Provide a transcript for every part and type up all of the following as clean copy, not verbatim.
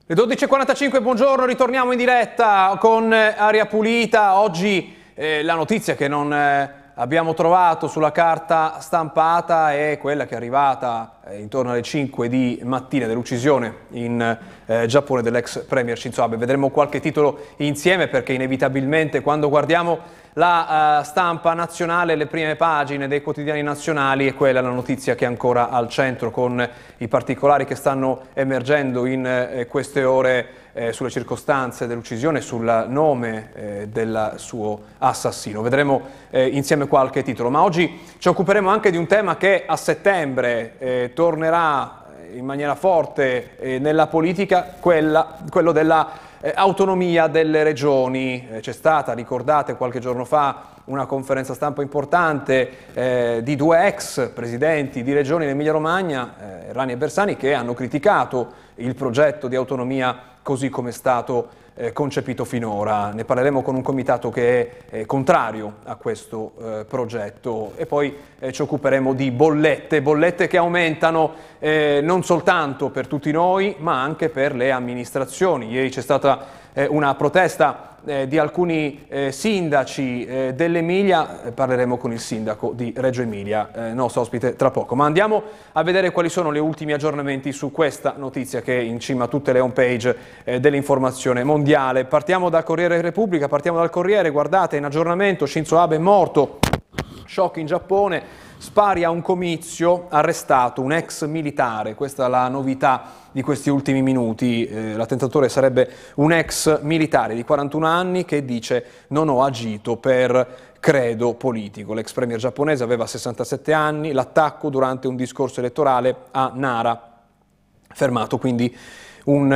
Le 12.45, buongiorno, ritorniamo in diretta con Aria Pulita. Oggi la notizia che non abbiamo trovato sulla carta stampata è quella che è arrivata intorno alle 5 di mattina dell'uccisione in Giappone dell'ex premier Shinzo Abe. Vedremo qualche titolo insieme perché inevitabilmente quando guardiamo la stampa nazionale, le prime pagine dei quotidiani nazionali, è quella la notizia che è ancora al centro, con i particolari che stanno emergendo in queste ore sulle circostanze dell'uccisione, sul nome del suo assassino. Vedremo insieme qualche titolo, ma oggi ci occuperemo anche di un tema che a settembre tornerà in maniera forte nella politica, quello della autonomia delle regioni. C'è stata, ricordate, qualche giorno fa una conferenza stampa importante di due ex presidenti di regioni in Emilia-Romagna, Errani e Bersani, che hanno criticato il progetto di autonomia così come è stato concepito finora. Ne parleremo con un comitato che è contrario a questo progetto e poi ci occuperemo di bollette che aumentano non soltanto per tutti noi ma anche per le amministrazioni. Ieri c'è stata una protesta di alcuni sindaci dell'Emilia, parleremo con il sindaco di Reggio Emilia, nostro ospite tra poco. Ma andiamo a vedere quali sono gli ultimi aggiornamenti su questa notizia che è in cima a tutte le home page dell'informazione mondiale. Partiamo dal Corriere Repubblica, partiamo dal Corriere, guardate, in aggiornamento, Shinzo Abe è morto, shock in Giappone. Spari a un comizio, arrestato un ex militare, questa è la novità di questi ultimi minuti. L'attentatore sarebbe un ex militare di 41 anni che dice non ho agito per credo politico. L'ex premier giapponese aveva 67 anni, l'attacco durante un discorso elettorale a Nara, fermato quindi un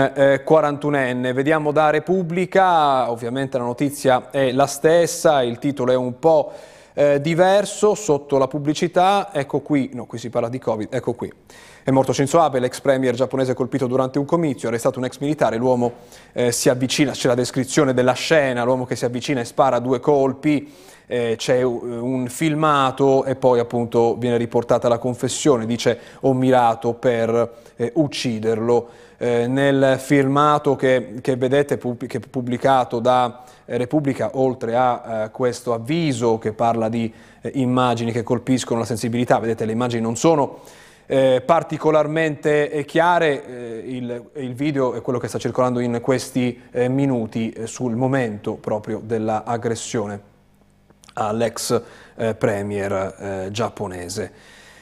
41enne. Vediamo da Repubblica, ovviamente la notizia è la stessa, il titolo è un po' diverso, sotto la pubblicità, ecco qui, no, qui si parla di Covid, ecco qui. È morto Shinzo Abe, l'ex premier giapponese colpito durante un comizio, arrestato un ex militare, l'uomo si avvicina, c'è la descrizione della scena, l'uomo che si avvicina e spara 2 colpi, c'è un filmato e poi appunto viene riportata la confessione, dice ho mirato per ucciderlo. Nel filmato che vedete, che è pubblicato da Repubblica, oltre a questo avviso che parla di immagini che colpiscono la sensibilità, vedete le immagini non sono particolarmente chiare, il video è quello che sta circolando in questi minuti sul momento proprio dell'aggressione all'ex premier giapponese.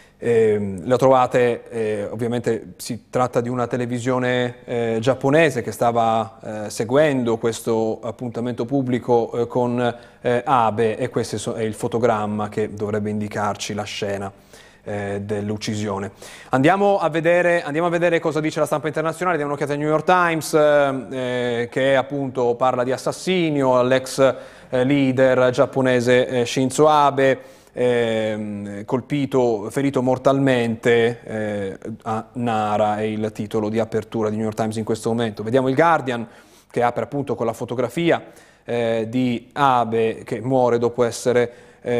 Lo trovate, ovviamente si tratta di una televisione giapponese che stava seguendo questo appuntamento pubblico con Abe, e questo è il fotogramma che dovrebbe indicarci la scena dell'uccisione. Andiamo a vedere cosa dice la stampa internazionale. Diamo un'occhiata al New York Times che appunto parla di assassinio all'ex leader giapponese Shinzo Abe, ferito mortalmente a Nara, è il titolo di apertura di New York Times in questo momento. Vediamo il Guardian che apre appunto con la fotografia di Abe che muore dopo essere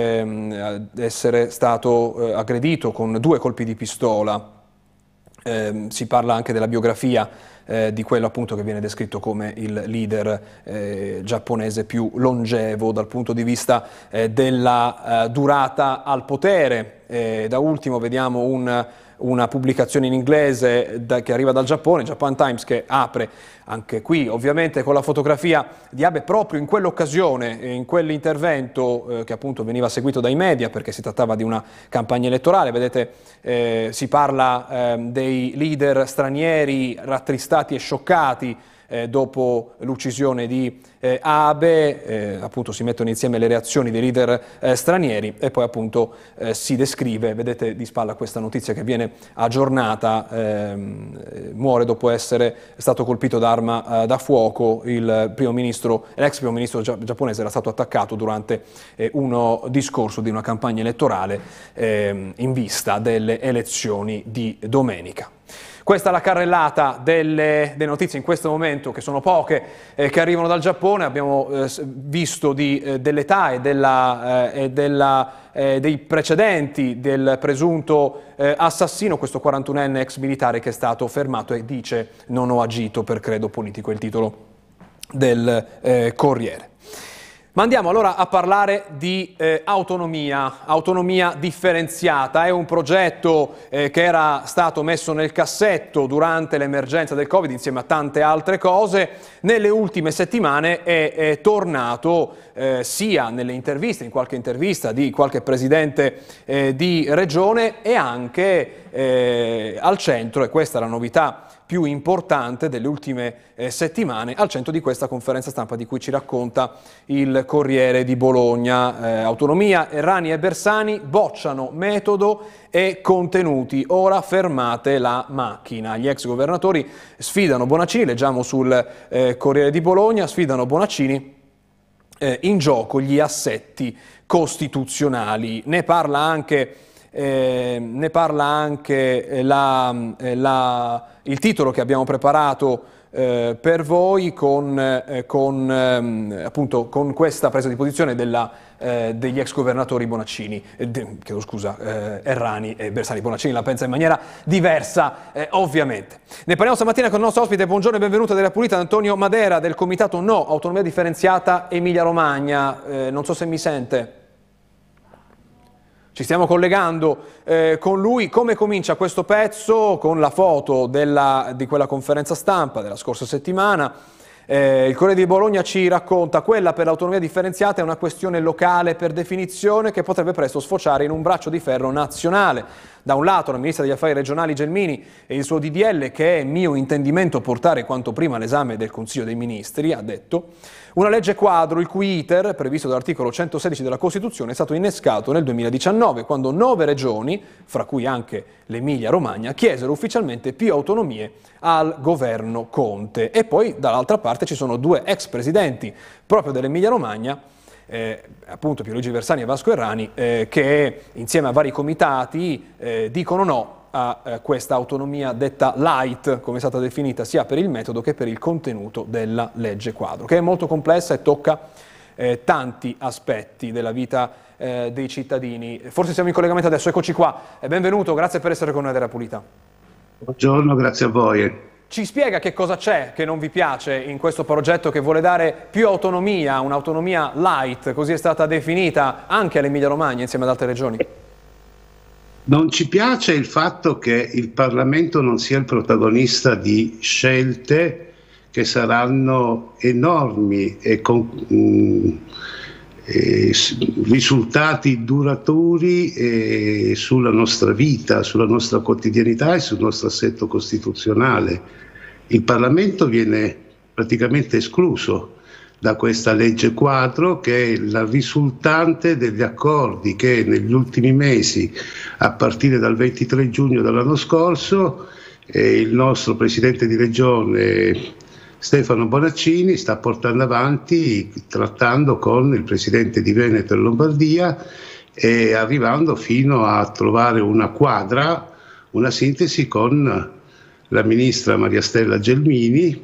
stato aggredito con 2 colpi di pistola. Si parla anche della biografia di quello appunto che viene descritto come il leader giapponese più longevo dal punto di vista della durata al potere. Da ultimo vediamo una pubblicazione in inglese che arriva dal Giappone, Japan Times, che apre anche qui ovviamente con la fotografia di Abe proprio in quell'occasione, in quell'intervento che appunto veniva seguito dai media perché si trattava di una campagna elettorale. Vedete, si parla dei leader stranieri rattristati e scioccati dopo l'uccisione di Abe, appunto si mettono insieme le reazioni dei leader stranieri e poi appunto si descrive, vedete di spalla questa notizia che viene aggiornata, muore dopo essere stato colpito da da fuoco, l'ex primo ministro giapponese era stato attaccato durante uno discorso di una campagna elettorale in vista delle elezioni di domenica. Questa è la carrellata delle notizie in questo momento, che sono poche, che arrivano dal Giappone. Abbiamo visto dell'età e dei precedenti del presunto assassino, questo 41enne ex militare che è stato fermato e dice: non ho agito per credo politico, è il titolo del Corriere. Ma andiamo allora a parlare di autonomia differenziata. È un progetto che era stato messo nel cassetto durante l'emergenza del Covid insieme a tante altre cose. Nelle ultime settimane è tornato sia nelle interviste, in qualche intervista di qualche presidente di regione, e anche al centro, e questa è la novità più importante delle ultime settimane, al centro di questa conferenza stampa di cui ci racconta il Corriere di Bologna. Autonomia, Errani e Bersani bocciano metodo e contenuti, ora fermate la macchina. Gli ex governatori sfidano Bonaccini, leggiamo sul Corriere di Bologna, sfidano Bonaccini, in gioco gli assetti costituzionali. Ne parla anche il titolo che abbiamo preparato per voi appunto con questa presa di posizione degli ex governatori Bonaccini, Errani e Bersani. Bonaccini la pensa in maniera diversa, ovviamente. Ne parliamo stamattina con il nostro ospite. Buongiorno e benvenuto della Pulita, Antonio Madera, del Comitato No Autonomia Differenziata Emilia Romagna. Non so se mi sente. Ci stiamo collegando con lui. Come comincia questo pezzo? Con la foto di quella conferenza stampa della scorsa settimana. Il Corriere di Bologna ci racconta: quella per l'autonomia differenziata è una questione locale per definizione che potrebbe presto sfociare in un braccio di ferro nazionale. Da un lato la ministra degli affari regionali Gelmini e il suo DDL, che è mio intendimento portare quanto prima all'esame del Consiglio dei Ministri, ha detto. Una legge quadro il cui iter, previsto dall'articolo 116 della Costituzione, è stato innescato nel 2019, quando 9 regioni, fra cui anche l'Emilia-Romagna, chiesero ufficialmente più autonomie al governo Conte. E poi dall'altra parte ci sono 2 ex presidenti proprio dell'Emilia-Romagna, appunto Pierluigi Bersani e Vasco Errani, che insieme a vari comitati dicono no a questa autonomia detta light, come è stata definita, sia per il metodo che per il contenuto della legge quadro, che è molto complessa e tocca tanti aspetti della vita dei cittadini. Forse siamo in collegamento adesso, eccoci qua. Benvenuto, grazie per essere con noi della Pulita. Buongiorno, grazie a voi. Ci spiega che cosa c'è che non vi piace in questo progetto che vuole dare più autonomia, un'autonomia light, così è stata definita, anche all'Emilia Romagna insieme ad altre regioni? Non ci piace il fatto che il Parlamento non sia il protagonista di scelte che saranno enormi e con risultati duraturi sulla nostra vita, sulla nostra quotidianità e sul nostro assetto costituzionale. Il Parlamento viene praticamente escluso da questa legge quadro, che è la risultante degli accordi che negli ultimi mesi, a partire dal 23 giugno dell'anno scorso, il nostro Presidente di Regione Stefano Bonaccini sta portando avanti, trattando con il Presidente di Veneto e Lombardia e arrivando fino a trovare una quadra, una sintesi con la Ministra Maria Stella Gelmini,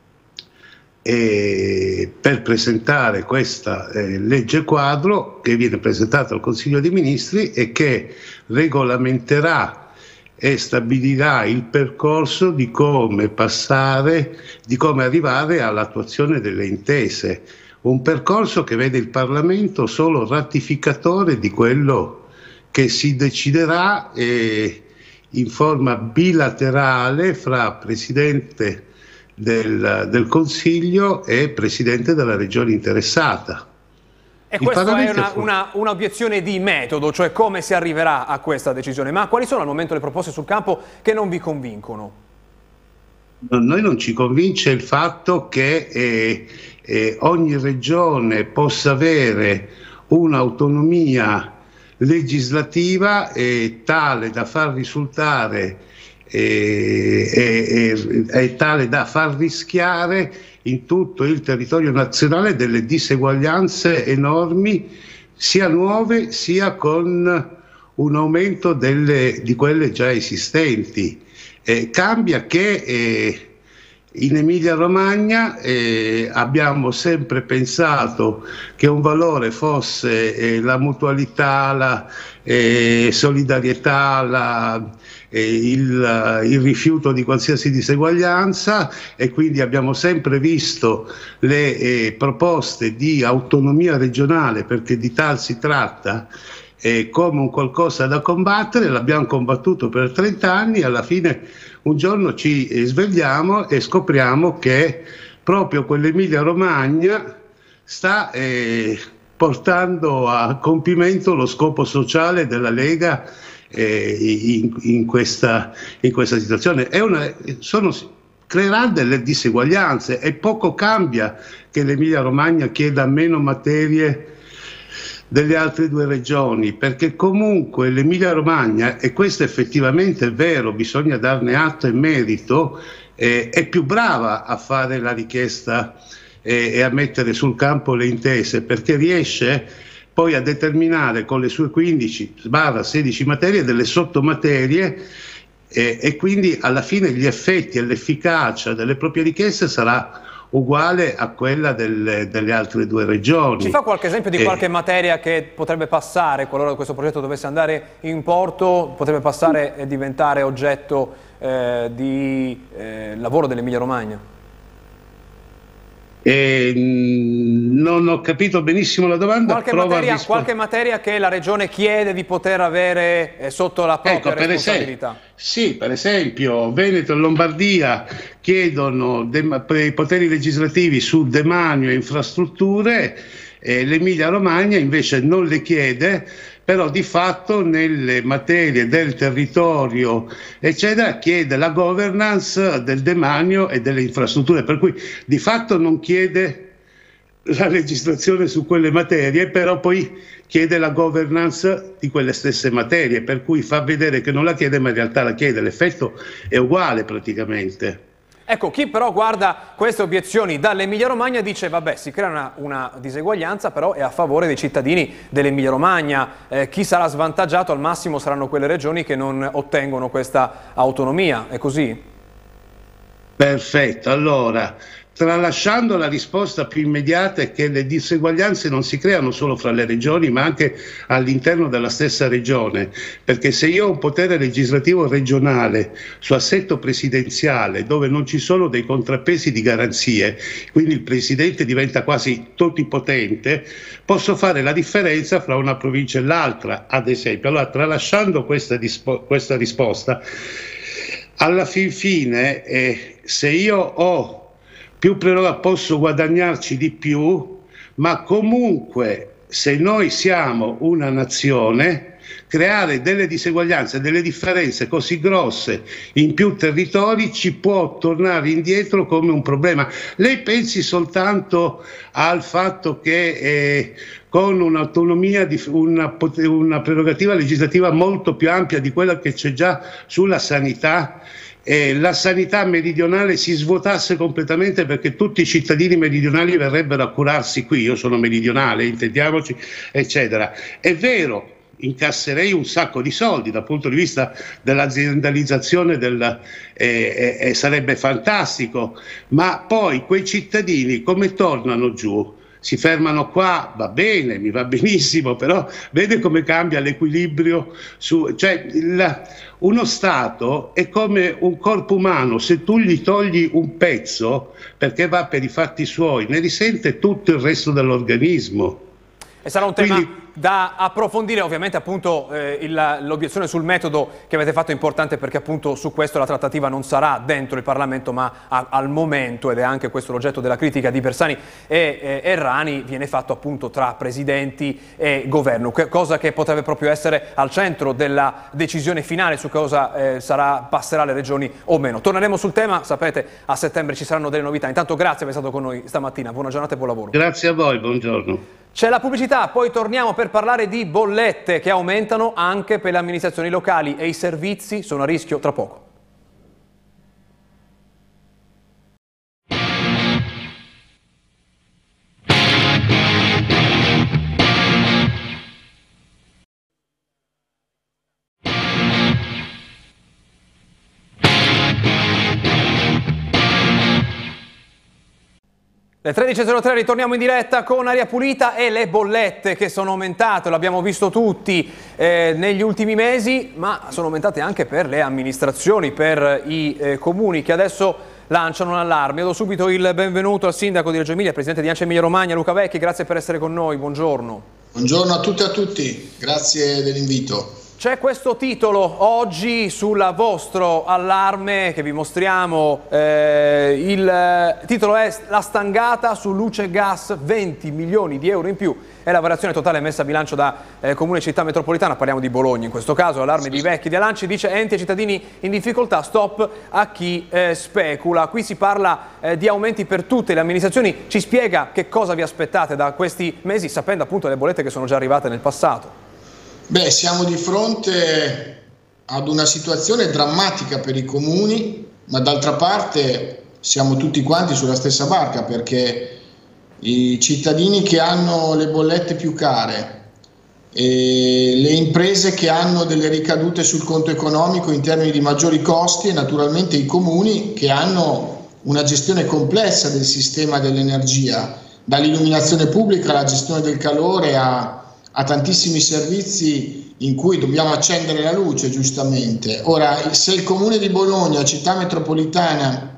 per presentare questa legge quadro che viene presentata al Consiglio dei Ministri e che regolamenterà e stabilirà il percorso di come arrivare all'attuazione delle intese. Un percorso che vede il Parlamento solo ratificatore di quello che si deciderà in forma bilaterale fra Presidente del Consiglio e Presidente della Regione interessata. E questa è un'obiezione di metodo, cioè come si arriverà a questa decisione. Ma quali sono al momento le proposte sul campo che non vi convincono? Noi non ci convince il fatto che ogni regione possa avere un'autonomia legislativa tale da far risultare è tale da far rischiare in tutto il territorio nazionale delle diseguaglianze enormi, sia nuove sia con un aumento di quelle già esistenti. Cambia che in Emilia-Romagna abbiamo sempre pensato che un valore fosse la mutualità, la solidarietà, il rifiuto di qualsiasi diseguaglianza, e quindi abbiamo sempre visto le proposte di autonomia regionale, perché di tal si tratta, come un qualcosa da combattere. L'abbiamo combattuto per 30 anni, alla fine un giorno ci svegliamo e scopriamo che proprio quell'Emilia Romagna sta portando a compimento lo scopo sociale della Lega in questa situazione. Creerà delle diseguaglianze, e poco cambia che l'Emilia Romagna chieda meno materie delle altre due regioni, perché comunque l'Emilia Romagna, e questo effettivamente è vero, bisogna darne atto e merito, è più brava a fare la richiesta e a mettere sul campo le intese, perché riesce poi a determinare con le sue 15/16 materie delle sottomaterie, e quindi alla fine gli effetti e l'efficacia delle proprie richieste sarà uguale a quella delle altre due regioni. Ci fa qualche esempio di qualche materia che potrebbe passare, qualora questo progetto dovesse andare in porto, potrebbe passare e diventare oggetto di lavoro dell'Emilia Romagna? Non ho capito benissimo la domanda. Qualche materia che la Regione chiede di poter avere sotto la propria responsabilità. Sì, per esempio Veneto e Lombardia chiedono i poteri legislativi su demanio e infrastrutture, l'Emilia Romagna invece non le chiede, però di fatto nelle materie del territorio eccetera chiede la governance del demanio e delle infrastrutture, per cui di fatto non chiede la legislazione su quelle materie, però poi chiede la governance di quelle stesse materie, per cui fa vedere che non la chiede, ma in realtà la chiede. L'effetto è uguale praticamente. Ecco, chi però guarda queste obiezioni dall'Emilia Romagna dice vabbè, si crea una diseguaglianza, però è a favore dei cittadini dell'Emilia Romagna, chi sarà svantaggiato al massimo saranno quelle regioni che non ottengono questa autonomia, è così? Perfetto, allora, tralasciando la risposta più immediata, è che le diseguaglianze non si creano solo fra le regioni, ma anche all'interno della stessa regione, perché se io ho un potere legislativo regionale su assetto presidenziale dove non ci sono dei contrappesi di garanzie, quindi il presidente diventa quasi totipotente, posso fare la differenza fra una provincia e l'altra, ad esempio. Allora, tralasciando questa risposta, alla fin fine, se io ho più proroga posso guadagnarci di più, ma comunque se noi siamo una nazione, creare delle diseguaglianze, delle differenze così grosse in più territori ci può tornare indietro come un problema. Lei pensi soltanto al fatto che con un'autonomia, una prerogativa legislativa molto più ampia di quella che c'è già sulla sanità, la sanità meridionale si svuotasse completamente, perché tutti i cittadini meridionali verrebbero a curarsi qui. Io sono meridionale, intendiamoci, eccetera. È vero, incasserei un sacco di soldi dal punto di vista dell'aziendalizzazione, sarebbe fantastico, ma poi quei cittadini come tornano giù? Si fermano qua, va bene, mi va benissimo, però vede come cambia l'equilibrio. Uno Stato è come un corpo umano: se tu gli togli un pezzo perché va per i fatti suoi, ne risente tutto il resto dell'organismo. E sarà un tema da approfondire, ovviamente appunto l'obiezione sul metodo che avete fatto è importante, perché appunto su questo la trattativa non sarà dentro il Parlamento, ma al momento, ed è anche questo l'oggetto della critica di Bersani e Errani, viene fatto appunto tra presidenti e governo, cosa che potrebbe proprio essere al centro della decisione finale su cosa passerà alle regioni o meno. Torneremo sul tema, sapete, a settembre ci saranno delle novità. Intanto grazie per essere stato con noi stamattina, buona giornata e buon lavoro. Grazie a voi, buongiorno. C'è la pubblicità, poi torniamo per parlare di bollette che aumentano anche per le amministrazioni locali e i servizi sono a rischio tra poco. Le 13.03, ritorniamo in diretta con Aria Pulita e le bollette che sono aumentate, lo abbiamo visto tutti negli ultimi mesi, ma sono aumentate anche per le amministrazioni, per i comuni che adesso lanciano un allarme. Do subito il benvenuto al sindaco di Reggio Emilia, presidente di ANCI Emilia Romagna, Luca Vecchi, grazie per essere con noi, buongiorno. Buongiorno a tutte e a tutti, grazie dell'invito. C'è questo titolo oggi sul vostro allarme che vi mostriamo, il titolo è La stangata su luce e gas, 20 milioni di euro in più, è la variazione totale messa a bilancio da Comune e Città Metropolitana, parliamo di Bologna in questo caso, allarme di Vecchi di Alanci, dice enti e cittadini in difficoltà, stop a chi specula. Qui si parla di aumenti per tutte le amministrazioni, ci spiega che cosa vi aspettate da questi mesi, sapendo appunto le bollette che sono già arrivate nel passato. Beh, siamo di fronte ad una situazione drammatica per i comuni, ma d'altra parte siamo tutti quanti sulla stessa barca, perché i cittadini che hanno le bollette più care e le imprese che hanno delle ricadute sul conto economico in termini di maggiori costi, e naturalmente i comuni che hanno una gestione complessa del sistema dell'energia, dall'illuminazione pubblica alla gestione del calore a tantissimi servizi in cui dobbiamo accendere la luce, giustamente. Ora, se il Comune di Bologna, città metropolitana,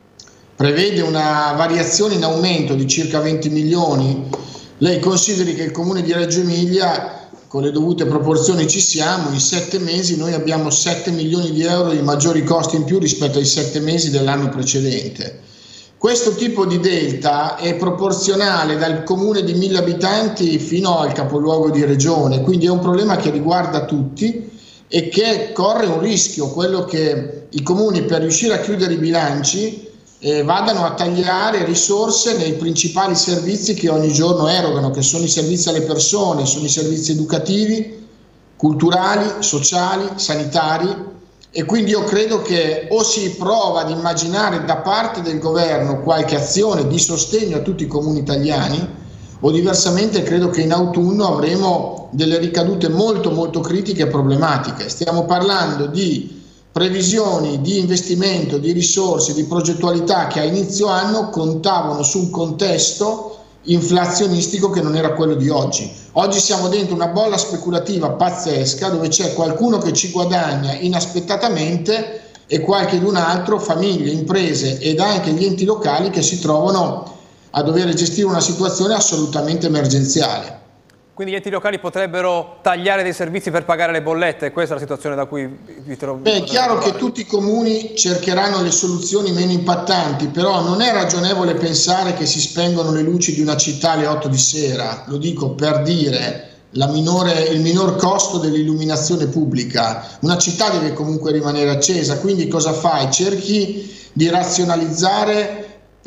prevede una variazione in aumento di circa 20 milioni, lei consideri che il Comune di Reggio Emilia, con le dovute proporzioni ci siamo, in 7 mesi noi abbiamo 7 milioni di euro di maggiori costi in più rispetto ai 7 mesi dell'anno precedente. Questo tipo di delta è proporzionale dal comune di 1000 abitanti fino al capoluogo di regione, quindi è un problema che riguarda tutti e che corre un rischio, quello che i comuni, per riuscire a chiudere i bilanci, vadano a tagliare risorse nei principali servizi che ogni giorno erogano, che sono i servizi alle persone, sono i servizi educativi, culturali, sociali, sanitari. E quindi io credo che o si prova ad immaginare da parte del governo qualche azione di sostegno a tutti i comuni italiani, o diversamente credo che in autunno avremo delle ricadute molto molto critiche e problematiche. Stiamo parlando di previsioni di investimento, di risorse, di progettualità che a inizio anno contavano su un contesto inflazionistico che non era quello di oggi. Oggi siamo dentro una bolla speculativa pazzesca dove c'è qualcuno che ci guadagna inaspettatamente e qualchedun altro, famiglie, imprese ed anche gli enti locali che si trovano a dover gestire una situazione assolutamente emergenziale. Quindi gli enti locali potrebbero tagliare dei servizi per pagare le bollette, questa è la situazione da cui vi trovate? Beh, è chiaro che tutti i comuni cercheranno le soluzioni meno impattanti, però non è ragionevole pensare che si spengono le luci di una città alle 8 di sera, lo dico per dire il minor costo dell'illuminazione pubblica. Una città deve comunque rimanere accesa, quindi cosa fai? Cerchi di razionalizzare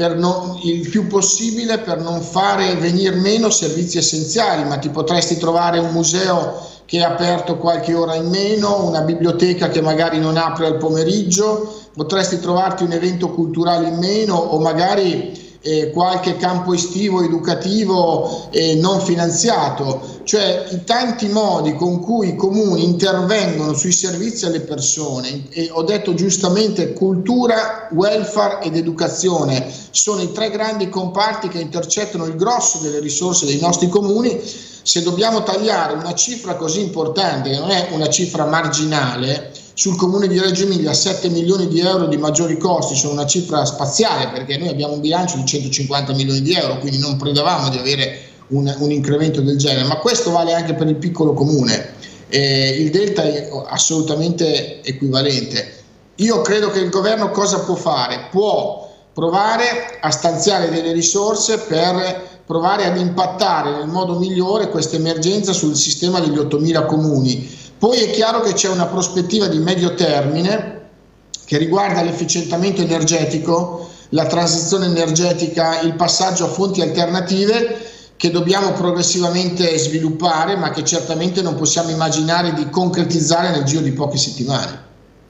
il più possibile per non fare venir meno servizi essenziali, ma ti potresti trovare un museo che è aperto qualche ora in meno, una biblioteca che magari non apre al pomeriggio, potresti trovarti un evento culturale in meno o magari qualche campo estivo educativo non finanziato, cioè i tanti modi con cui i comuni intervengono sui servizi alle persone, e ho detto giustamente cultura, welfare ed educazione sono i 3 grandi comparti che intercettano il grosso delle risorse dei nostri comuni. Se dobbiamo tagliare una cifra così importante, che non è una cifra marginale, sul Comune di Reggio Emilia 7 milioni di euro di maggiori costi sono una cifra spaziale, perché noi abbiamo un bilancio di 150 milioni di euro, quindi non predavamo di avere un incremento del genere, ma questo vale anche per il piccolo comune. Il delta è assolutamente equivalente. Io credo che il governo cosa può fare? Può provare a stanziare delle risorse per provare ad impattare nel modo migliore questa emergenza sul sistema degli 8.000 comuni. Poi è chiaro che c'è una prospettiva di medio termine che riguarda l'efficientamento energetico, la transizione energetica, il passaggio a fonti alternative che dobbiamo progressivamente sviluppare, ma che certamente non possiamo immaginare di concretizzare nel giro di poche settimane.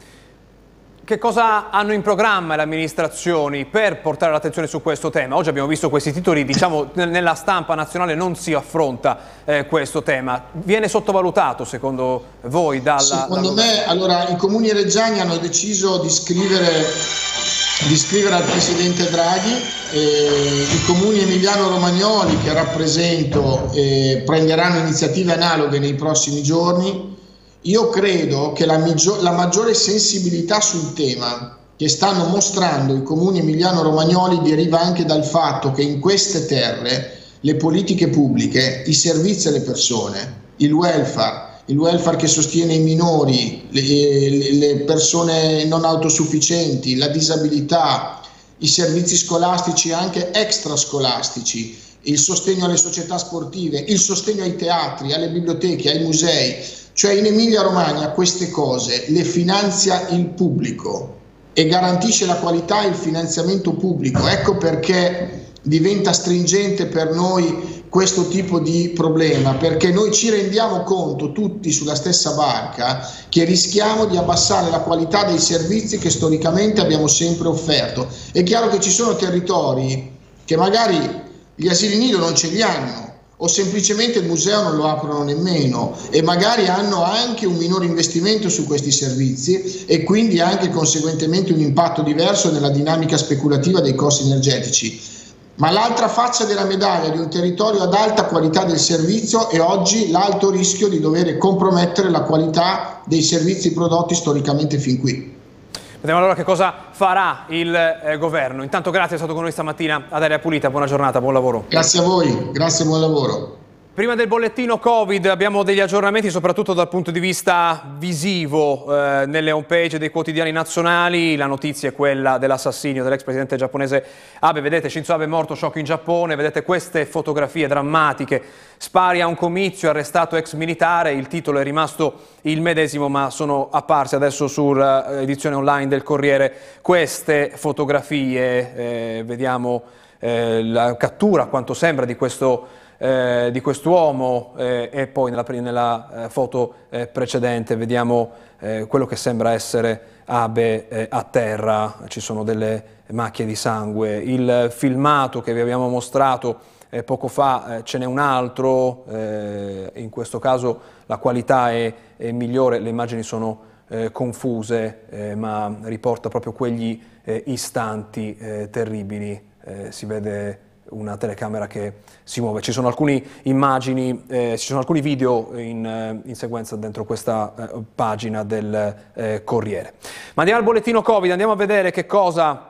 Che cosa hanno in programma le amministrazioni per portare l'attenzione su questo tema? Oggi abbiamo visto questi titoli, diciamo nella stampa nazionale non si affronta questo tema. Viene sottovalutato secondo voi? Secondo me, allora, i comuni reggiani hanno deciso di scrivere di scrivere al Presidente Draghi. I comuni emiliano-romagnoli che rappresento prenderanno iniziative analoghe nei prossimi giorni. Io credo che la maggiore sensibilità sul tema che stanno mostrando i comuni emiliano-romagnoli deriva anche dal fatto che in queste terre le politiche pubbliche, i servizi alle persone, il welfare che sostiene i minori, le persone non autosufficienti, la disabilità, i servizi scolastici anche extrascolastici, il sostegno alle società sportive, il sostegno ai teatri, alle biblioteche, ai musei, cioè in Emilia-Romagna queste cose le finanzia il pubblico e garantisce la qualità e il finanziamento pubblico. Ecco perché diventa stringente per noi questo tipo di problema, perché noi ci rendiamo conto tutti sulla stessa barca che rischiamo di abbassare la qualità dei servizi che storicamente abbiamo sempre offerto. È chiaro che ci sono territori che magari gli asili nido non ce li hanno o semplicemente il museo non lo aprono nemmeno e magari hanno anche un minore investimento su questi servizi e quindi anche conseguentemente un impatto diverso nella dinamica speculativa dei costi energetici. Ma l'altra faccia della medaglia di un territorio ad alta qualità del servizio è oggi l'alto rischio di dover compromettere la qualità dei servizi prodotti storicamente fin qui. Vediamo allora che cosa farà il governo. Intanto grazie, è stato con noi stamattina ad Aria Pulita, buona giornata, buon lavoro. Grazie a voi, grazie e buon lavoro. Prima del bollettino Covid abbiamo degli aggiornamenti soprattutto dal punto di vista visivo nelle homepage dei quotidiani nazionali. La notizia è quella dell'assassinio dell'ex presidente giapponese Abe. Vedete, Shinzo Abe è morto, shock in Giappone, vedete queste fotografie drammatiche. Spari a un comizio, arrestato ex militare, il titolo è rimasto il medesimo ma sono apparse adesso sull'edizione online del Corriere queste fotografie. Vediamo la cattura, a quanto sembra, di quest'uomo e poi nella foto precedente vediamo quello che sembra essere Abe a terra, ci sono delle macchie di sangue. Il filmato che vi abbiamo mostrato poco fa ce n'è un altro, in questo caso la qualità è migliore, le immagini sono confuse ma riporta proprio quegli istanti terribili, si vede una telecamera che si muove. Ci sono alcune immagini, ci sono alcuni video in sequenza dentro questa pagina del Corriere. Ma andiamo al bollettino Covid, andiamo a vedere che cosa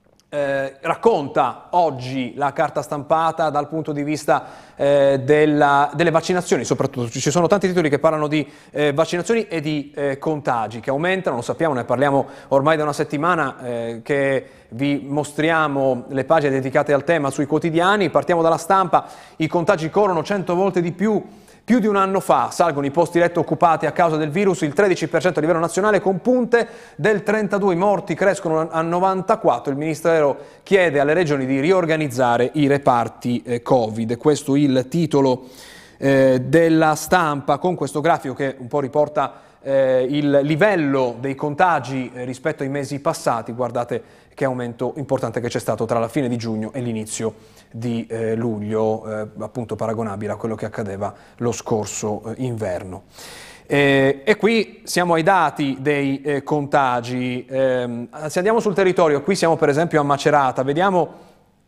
racconta oggi la carta stampata dal punto di vista delle vaccinazioni. Soprattutto ci sono tanti titoli che parlano di vaccinazioni e di contagi che aumentano, lo sappiamo, ne parliamo ormai da una settimana che vi mostriamo le pagine dedicate al tema sui quotidiani. Partiamo dalla Stampa: i contagi corrono 100 volte di più di un anno fa, salgono i posti letto occupati a causa del virus, il 13% a livello nazionale con punte del 32%, i morti crescono a 94%, il Ministero chiede alle regioni di riorganizzare i reparti Covid. Questo il titolo della Stampa, con questo grafico che un po' riporta il livello dei contagi rispetto ai mesi passati. Guardate che aumento importante che c'è stato tra la fine di giugno e l'inizio di luglio, appunto paragonabile a quello che accadeva lo scorso inverno. E qui siamo ai dati dei contagi. Se andiamo sul territorio, qui siamo per esempio a Macerata, vediamo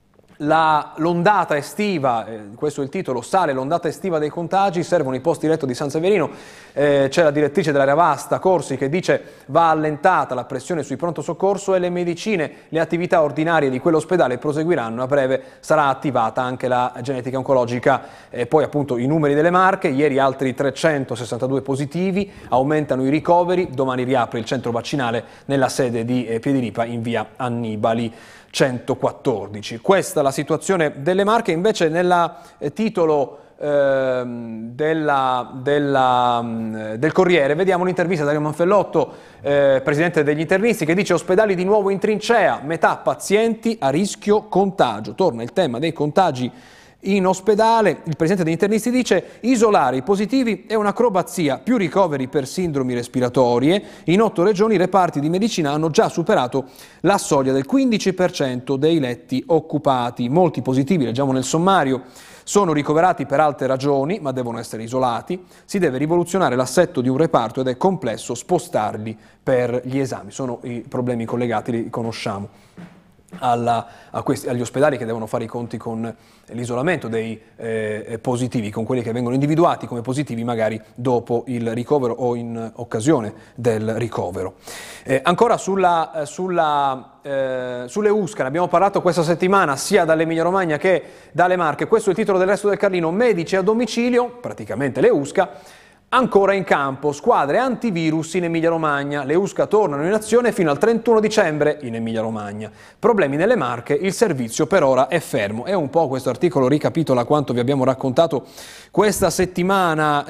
l'ondata estiva, questo è il titolo, sale l'ondata estiva dei contagi, servono i posti letto di San Severino. C'è la direttrice dell'area vasta Corsi che dice va allentata la pressione sui pronto soccorso e le medicine, le attività ordinarie di quell'ospedale proseguiranno, a breve sarà attivata anche la genetica oncologica. Poi appunto i numeri delle Marche, ieri altri 362 positivi, aumentano i ricoveri, domani riapre il centro vaccinale nella sede di Piediripa in via Annibali 114. Questa è la situazione delle Marche. Invece nel titolo del Corriere vediamo un'intervista da Dario Manfellotto, presidente degli internisti, che dice: ospedali di nuovo in trincea, metà pazienti a rischio contagio. Torna il tema dei contagi in ospedale. Il presidente degli internisti dice: isolare i positivi è un'acrobazia, più ricoveri per sindromi respiratorie. In 8 regioni i reparti di medicina hanno già superato la soglia del 15% dei letti occupati. Molti positivi, leggiamo nel sommario, Sono ricoverati per altre ragioni, ma devono essere isolati. Si deve rivoluzionare l'assetto di un reparto ed è complesso spostarli per gli esami. Sono i problemi collegati, li conosciamo. Agli ospedali che devono fare i conti con l'isolamento dei positivi, con quelli che vengono individuati come positivi magari dopo il ricovero o in occasione del ricovero. Ancora sulle USCA, ne abbiamo parlato questa settimana sia dall'Emilia Romagna che dalle Marche. Questo è il titolo del Resto del Carlino: medici a domicilio, praticamente le USCA, ancora in campo, squadre antivirus in Emilia-Romagna. Le USCA tornano in azione fino al 31 dicembre in Emilia-Romagna. Problemi nelle Marche, il servizio per ora è fermo. E un po' questo articolo ricapitola quanto vi abbiamo raccontato questa settimana.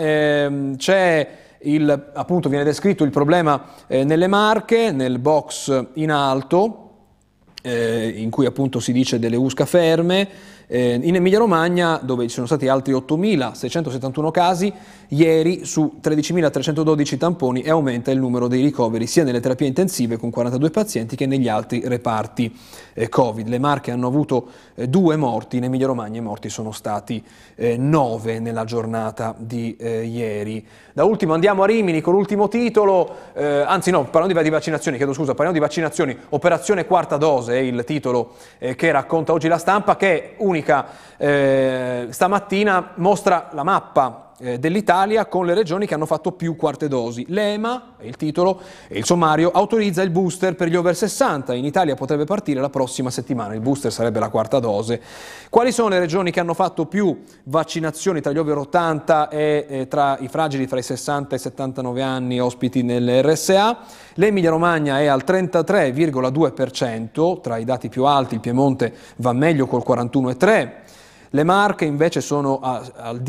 Appunto viene descritto il problema nelle Marche, nel box in alto, in cui appunto si dice delle USCA ferme. In Emilia-Romagna, dove ci sono stati altri 8.671 casi, ieri su 13.312 tamponi, e aumenta il numero dei ricoveri sia nelle terapie intensive con 42 pazienti che negli altri reparti Covid. Le Marche hanno avuto 2 morti, in Emilia-Romagna i morti sono stati 9 nella giornata di ieri. Da ultimo andiamo a Rimini con l'ultimo titolo, parliamo di vaccinazioni, parliamo di vaccinazioni. Operazione quarta dose è il titolo che racconta oggi La Stampa, che unica stamattina mostra la mappa dell'Italia con le regioni che hanno fatto più quarte dosi. L'EMA, è il titolo, e il sommario, autorizza il booster per gli over 60. In Italia potrebbe partire la prossima settimana. Il booster sarebbe la quarta dose. Quali sono le regioni che hanno fatto più vaccinazioni tra gli over 80 e tra i fragili fra i 60 e i 79 anni ospiti nelle RSA? L'Emilia Romagna è al 33,2%, tra i dati più alti il Piemonte va meglio col 41,3%. Le Marche invece sono al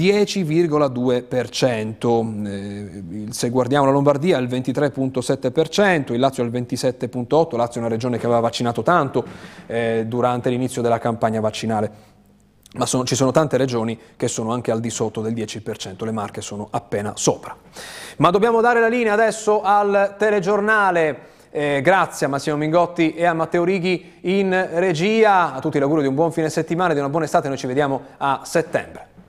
10,2%, se guardiamo la Lombardia al 23,7%, il Lazio al 27,8%, Lazio è una regione che aveva vaccinato tanto durante l'inizio della campagna vaccinale, ma ci sono tante regioni che sono anche al di sotto del 10%, le Marche sono appena sopra. Ma dobbiamo dare la linea adesso al telegiornale. Grazie a Massimo Mingotti e a Matteo Righi in regia. A tutti l'augurio di un buon fine settimana e di una buona estate. Noi ci vediamo a settembre.